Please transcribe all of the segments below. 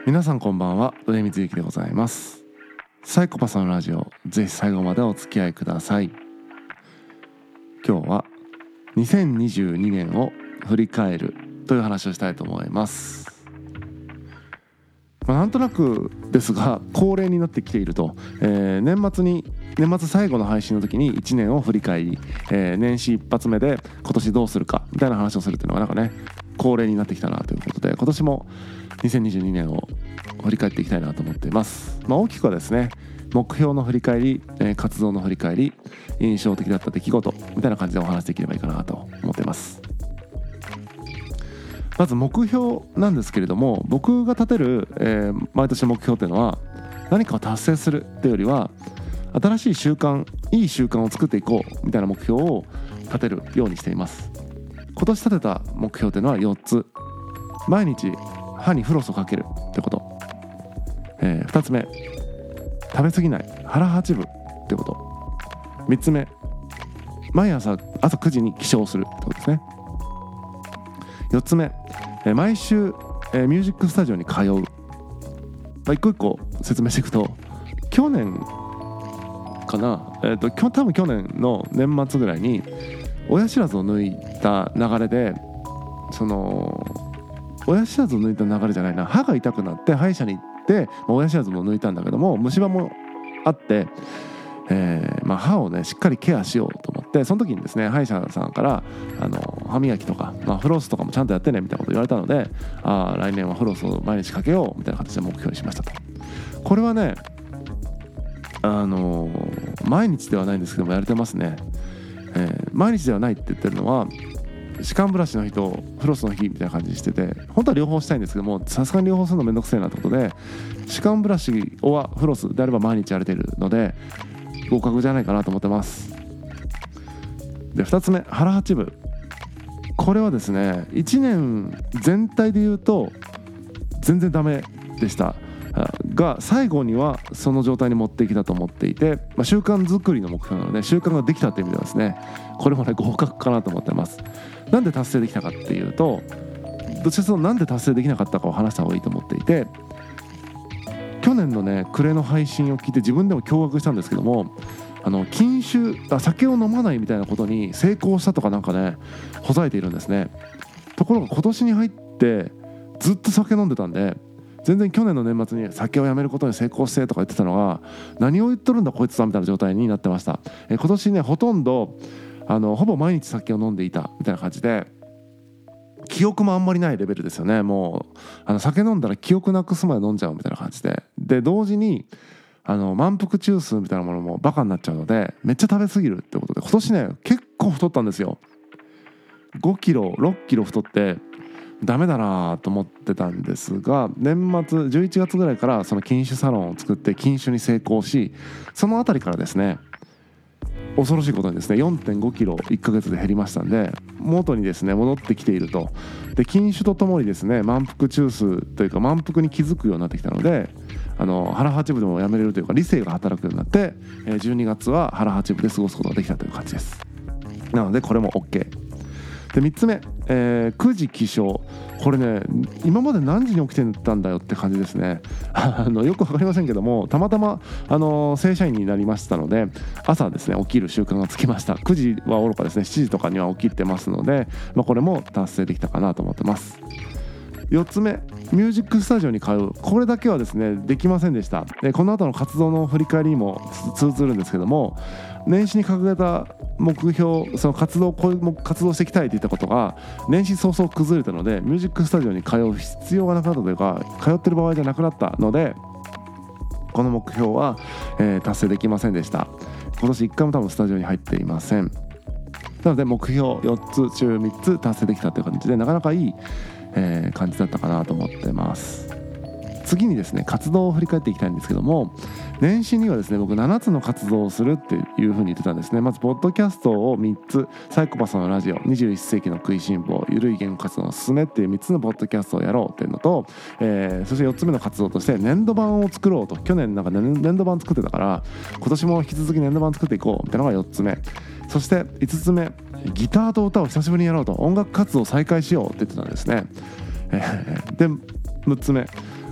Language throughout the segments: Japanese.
皆さんこんばんは、上水幸でございます。サイコパスのラジオ、ぜひ最後までお付き合いください。今日は2022年を振り返るという話をしたいと思います。なんとなくですが恒例になってきていると、年末最後の配信の時に1年を振り返り、年始一発目で今年どうするかみたいな話をするっていうのがなんかね恒例になってきたなということで、今年も2022年を振り返っていきたいなと思っています。大きくはですね、目標の振り返り、活動の振り返り、印象的だった出来事みたいな感じでお話できればいいかなと思っています。まず目標なんですけれども、僕が立てる、毎年の目標というのは何かを達成するというよりは、新しい習慣、いい習慣を作っていこうみたいな目標を立てるようにしています。今年立てた目標というのは4つ。毎日歯にフロスをかけるってこと、2つ目、食べ過ぎない腹八分ってこと、3つ目、毎朝9時に起床するってことですね。4つ目、毎週、ミュージックスタジオに通う。一個一個説明していくと、去年かな、多分去年の年末ぐらいに親知らずを抜いた流れで、親知らずを抜いた流れじゃないな、歯が痛くなって歯医者に行って親知らずも抜いたんだけども、虫歯もあって、歯をねしっかりケアしようと思って、その時にですね歯医者さんから歯磨きとか、フロスとかもちゃんとやってねみたいなこと言われたので、来年はフロスを毎日かけようみたいな形で目標にしましたと。これはね毎日ではないんですけどもやれてますね。毎日ではないって言ってるのは、歯間ブラシの日とフロスの日みたいな感じにしてて、本当は両方したいんですけども、さすがに両方するのめんどくせえなってことで、歯間ブラシはフロスであれば毎日やれてるので合格じゃないかなと思ってます。で、2つ目、腹八分。これはですね、1年全体で言うと全然ダメでしたが、最後にはその状態に持ってきたと思っていて、習慣作りの目標なので、習慣ができたという意味ではですね、これもね合格かなと思ってます。なんで達成できたかっていうと、どちらかというとなんで達成できなかったかを話した方がいいと思っていて、去年のね暮れの配信を聞いて自分でも驚愕したんですけども、禁酒、酒を飲まないみたいなことに成功したとかなんかねほざいているんですね。ところが今年に入ってずっと酒飲んでたんで、全然去年の年末に酒をやめることに成功してとか言ってたのが、何を言っとるんだこいつさみたいな状態になってました。今年ねほとんどほぼ毎日酒を飲んでいたみたいな感じで、記憶もあんまりないレベルですよね。もう酒飲んだら記憶なくすまで飲んじゃうみたいな感じで、同時に満腹中枢みたいなものもバカになっちゃうので、めっちゃ食べ過ぎるってことで、今年ね結構太ったんですよ。5キロ6キロ太ってダメだなと思ってたんですが、年末11月ぐらいからその禁酒サロンを作って禁酒に成功し、そのあたりからですね恐ろしいことにですね 4.5 キロ1ヶ月で減りましたんで、元にですね戻ってきていると。で、禁酒とともにですね満腹中枢というか満腹に気づくようになってきたので、腹八分でもやめれるというか理性が働くようになって、12月は腹八分で過ごすことができたという感じです。なのでこれも OK で、3つ目、9時起床。これね今まで何時に起きてたんだよって感じですねよく分かりませんけども、たまたま正社員になりましたので、朝ですね起きる習慣がつきました。9時はおろかですね7時とかには起きてますので、これも達成できたかなと思ってます。4つ目、ミュージックスタジオに通う。これだけはですねできませんでした。この後の活動の振り返りにも通ずるんですけども、年始に掲げた目標、その活動、こういう活動していきたいといったことが年始早々崩れたので、ミュージックスタジオに通う必要がなくなったというか、通ってる場合じゃなくなったので、この目標は、達成できませんでした。今年1回も多分スタジオに入っていません。なので目標4つ中3つ達成できたという感じで、なかなかいい感じだったかなと思ってます。次にですね活動を振り返っていきたいんですけども、年始にはですね僕7つの活動をするっていう風に言ってたんですね。まずポッドキャストを3つ、サイコパスのラジオ、21世紀の食いしん坊、ゆるい言語活動のすすめっていう3つのポッドキャストをやろうっていうのと、そして4つ目の活動として年度版を作ろうと。去年なんか年度版作ってたから、今年も引き続き年度版作っていこうみたいなのが4つ目。そして5つ目、ギターと歌を久しぶりにやろうと、音楽活動を再開しようって言ってたんですね。で6つ目、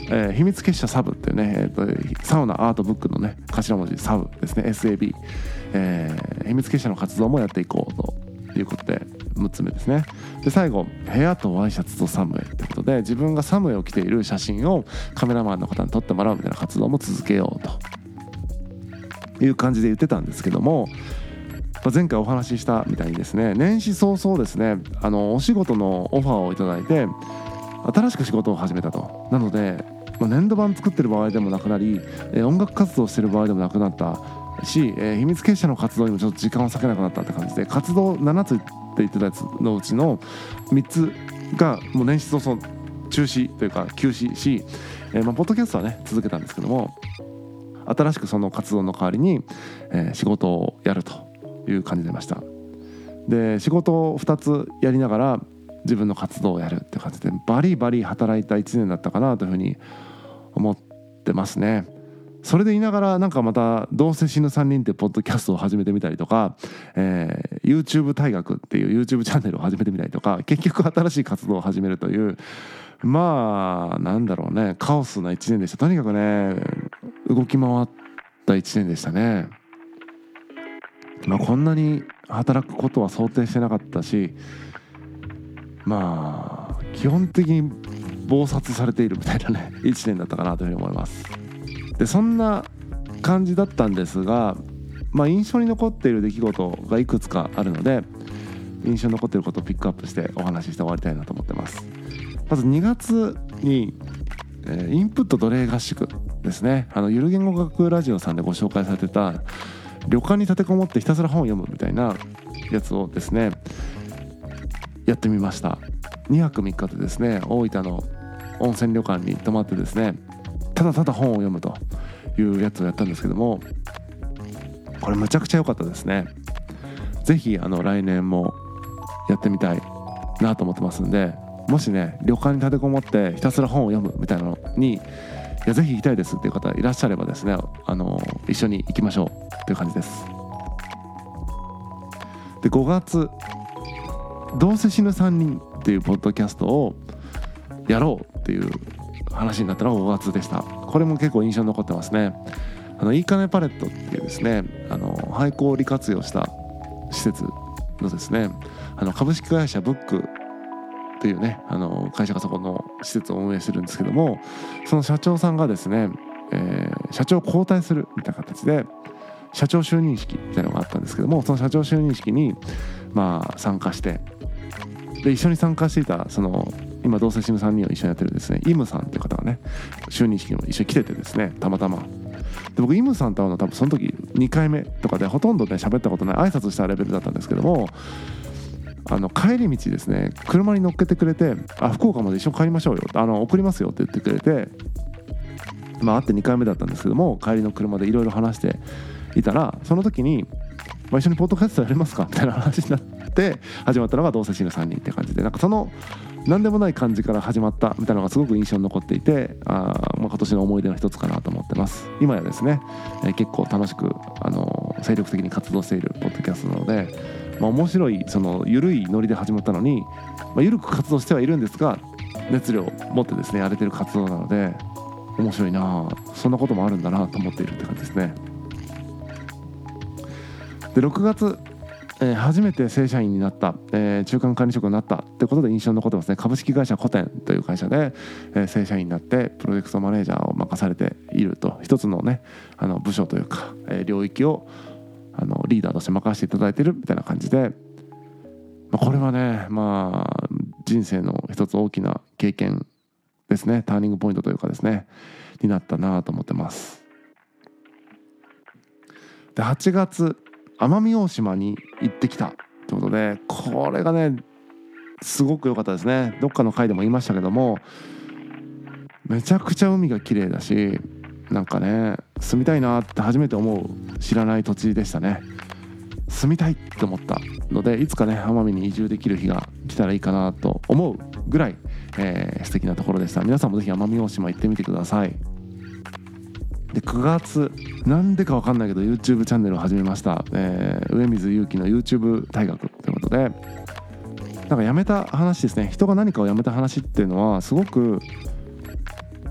秘密結社サブっていうね、サウナアートブックのね頭文字サブですね SAB、秘密結社の活動もやっていこうということで6つ目ですね。で最後部屋とワイシャツとサムエということで、自分がサムエを着ている写真をカメラマンの方に撮ってもらうみたいな活動も続けようという感じで言ってたんですけども、前回お話ししたみたいにですね、年始早々ですねお仕事のオファーをいただいて新しく仕事を始めたと。なので、年度版作ってる場合でもなくなり、音楽活動してる場合でもなくなったし、秘密結社の活動にもちょっと時間を割けなくなったって感じで、活動7つって言ってたやつのうちの3つがもう年始早々中止というか休止し、ポッドキャストはね続けたんですけども、新しくその活動の代わりに、仕事をやるという感じで出ました。で仕事を2つやりながら自分の活動をやるって感じでバリバリ働いた1年だったかなというふうに思ってますね。それで言いながらなんかまたどうせ死ぬ3人ってポッドキャストを始めてみたりとか、YouTube 大学っていう YouTube チャンネルを始めてみたりとか、結局新しい活動を始めるというなんだろうね、カオスな1年でした。とにかくね動き回った1年でしたね。こんなに働くことは想定してなかったし、基本的に忙殺されているみたいなね1年だったかなというふうに思います。でそんな感じだったんですが、印象に残っている出来事がいくつかあるので、印象に残っていることをピックアップしてお話しして終わりたいなと思ってます。まず2月に、インプット奴隷合宿ですね。ゆる言語学ラジオさんでご紹介されてた旅館に立てこもってひたすら本を読むみたいなやつをですねやってみました。2泊3日でですね大分の温泉旅館に泊まってですね、ただただ本を読むというやつをやったんですけども、これむちゃくちゃ良かったですね。ぜひ来年もやってみたいなと思ってますんで、もしね旅館に立てこもってひたすら本を読むみたいなのにぜひ行きたいですっていう方いらっしゃればですね、一緒に行きましょうという感じです。で5月どうせ死ぬ3人っていうポッドキャストをやろうっていう話になったのが5月でした。これも結構印象に残ってますね。いいかねパレットっていうですね廃校を利活用した施設のですね株式会社ブックというね会社がそこの施設を運営してるんですけども、その社長さんがですね、社長を交代するみたいな形で社長就任式みたいなのがあったんですけども、その社長就任式に参加して、で一緒に参加していたその今どうせ死ぬ3人を一緒にやってるですねイムさんという方がね就任式にも一緒に来ててですね、たまたまで僕イムさんと会うの多分その時2回目とかでほとんどね喋ったことない挨拶したレベルだったんですけども、帰り道ですね車に乗っけてくれて、福岡まで一緒に帰りましょうよ送りますよって言ってくれて、会って2回目だったんですけども、帰りの車でいろいろ話していたら、その時に、一緒にポッドキャストやりますかみたいな話になって始まったのがどうせ死ぬ3人って感じで、なんかその何でもない感じから始まったみたいなのがすごく印象に残っていて、今年の思い出の一つかなと思ってます。今やですね、結構楽しく精力的に活動しているポッドキャストなので、面白いその緩いノリで始まったのに、緩く活動してはいるんですが熱量を持ってですねやれてる活動なので面白いな、そんなこともあるんだなと思っているって感じですね。で6月、初めて正社員になった、中間管理職になったってことで印象に残ってますね。株式会社コテンという会社で、正社員になってプロジェクトマネージャーを任されていると、一つのね部署というか、領域をリーダーとして任せていただいているみたいな感じで、これはね人生の一つ大きな経験ですね。ターニングポイントというかですねになったなと思ってます。で8月奄美大島に行ってきたということで、これがねすごく良かったですね。どっかの回でも言いましたけども、めちゃくちゃ海が綺麗だし、なんかね住みたいなって初めて思う知らない土地でしたね。住みたいって思ったので、いつかね奄美に移住できる日が来たらいいかなと思うぐらい、素敵なところでした。皆さんもぜひ奄美大島行ってみてください。で9月なんでか分かんないけど YouTube チャンネルを始めました、上水祐樹の YouTube 大学ということで、なんか辞めた話ですね。人が何かを辞めた話っていうのはすごく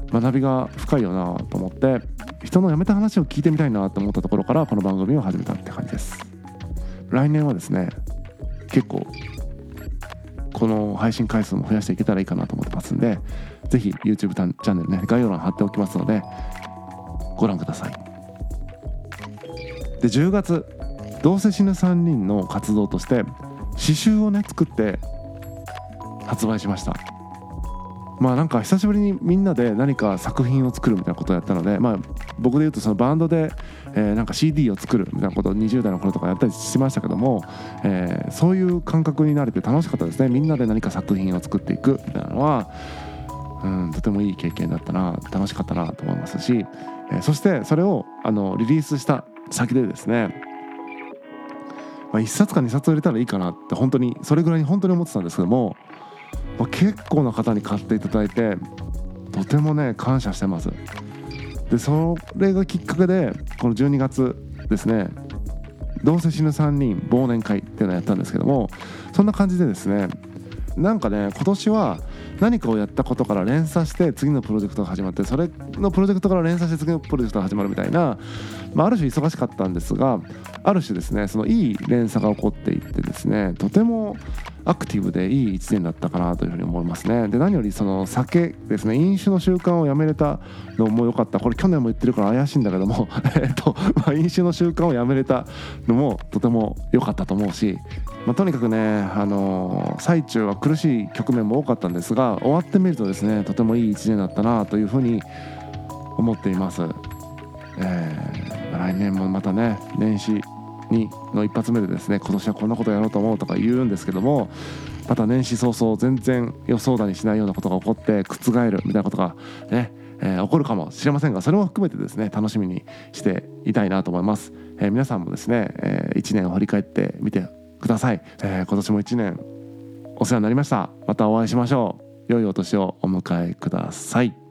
学びが深いよなと思って、人の辞めた話を聞いてみたいなと思ったところからこの番組を始めたって感じです。来年はですね結構この配信回数も増やしていけたらいいかなと思ってますんで、ぜひ YouTube チャンネルね概要欄貼っておきますのでご覧ください。で10月どうせ死ぬ3人の活動として詩集をね作って発売しました。なんか久しぶりにみんなで何か作品を作るみたいなことをやったので、僕でいうとそのバンドで、なんか CD を作るみたいなことを20代の頃とかやったりしましたけども、そういう感覚になれて楽しかったですね。みんなで何か作品を作っていくみたいなのは、とてもいい経験だったな、楽しかったなと思いますし、そしてそれをリリースした先でですね、1冊か2冊売れたらいいかなって本当にそれぐらいに本当に思ってたんですけども、結構な方に買っていただいてとてもね感謝してます。でそれがきっかけでこの12月ですね、どうせ死ぬ3人忘年会っていうのをやったんですけども、そんな感じでですね、なんかね今年は何かをやったことから連鎖して次のプロジェクトが始まって、それのプロジェクトから連鎖して次のプロジェクトが始まるみたいな、ある種忙しかったんですが、ある種ですねそのいい連鎖が起こっていってですね、とてもアクティブでいい1年だったかなというふうに思いますね。で何よりその酒ですね、飲酒の習慣をやめれたのも良かった。これ去年も言ってるから怪しいんだけども飲酒の習慣をやめれたのもとても良かったと思うし、とにかくね最中は苦しい局面も多かったんですが、終わってみるとですねとてもいい1年だったなというふうに思っています。来年もまたね年始の一発目でですね、今年はこんなことやろうと思うとか言うんですけども、また年始早々全然予想だにしないようなことが起こって覆るみたいなことがね、起こるかもしれませんが、それも含めてですね楽しみにしていたいなと思います。皆さんもですね、1年を振り返ってみてください。今年も1年お世話になりました。またお会いしましょう。良いお年をお迎えください。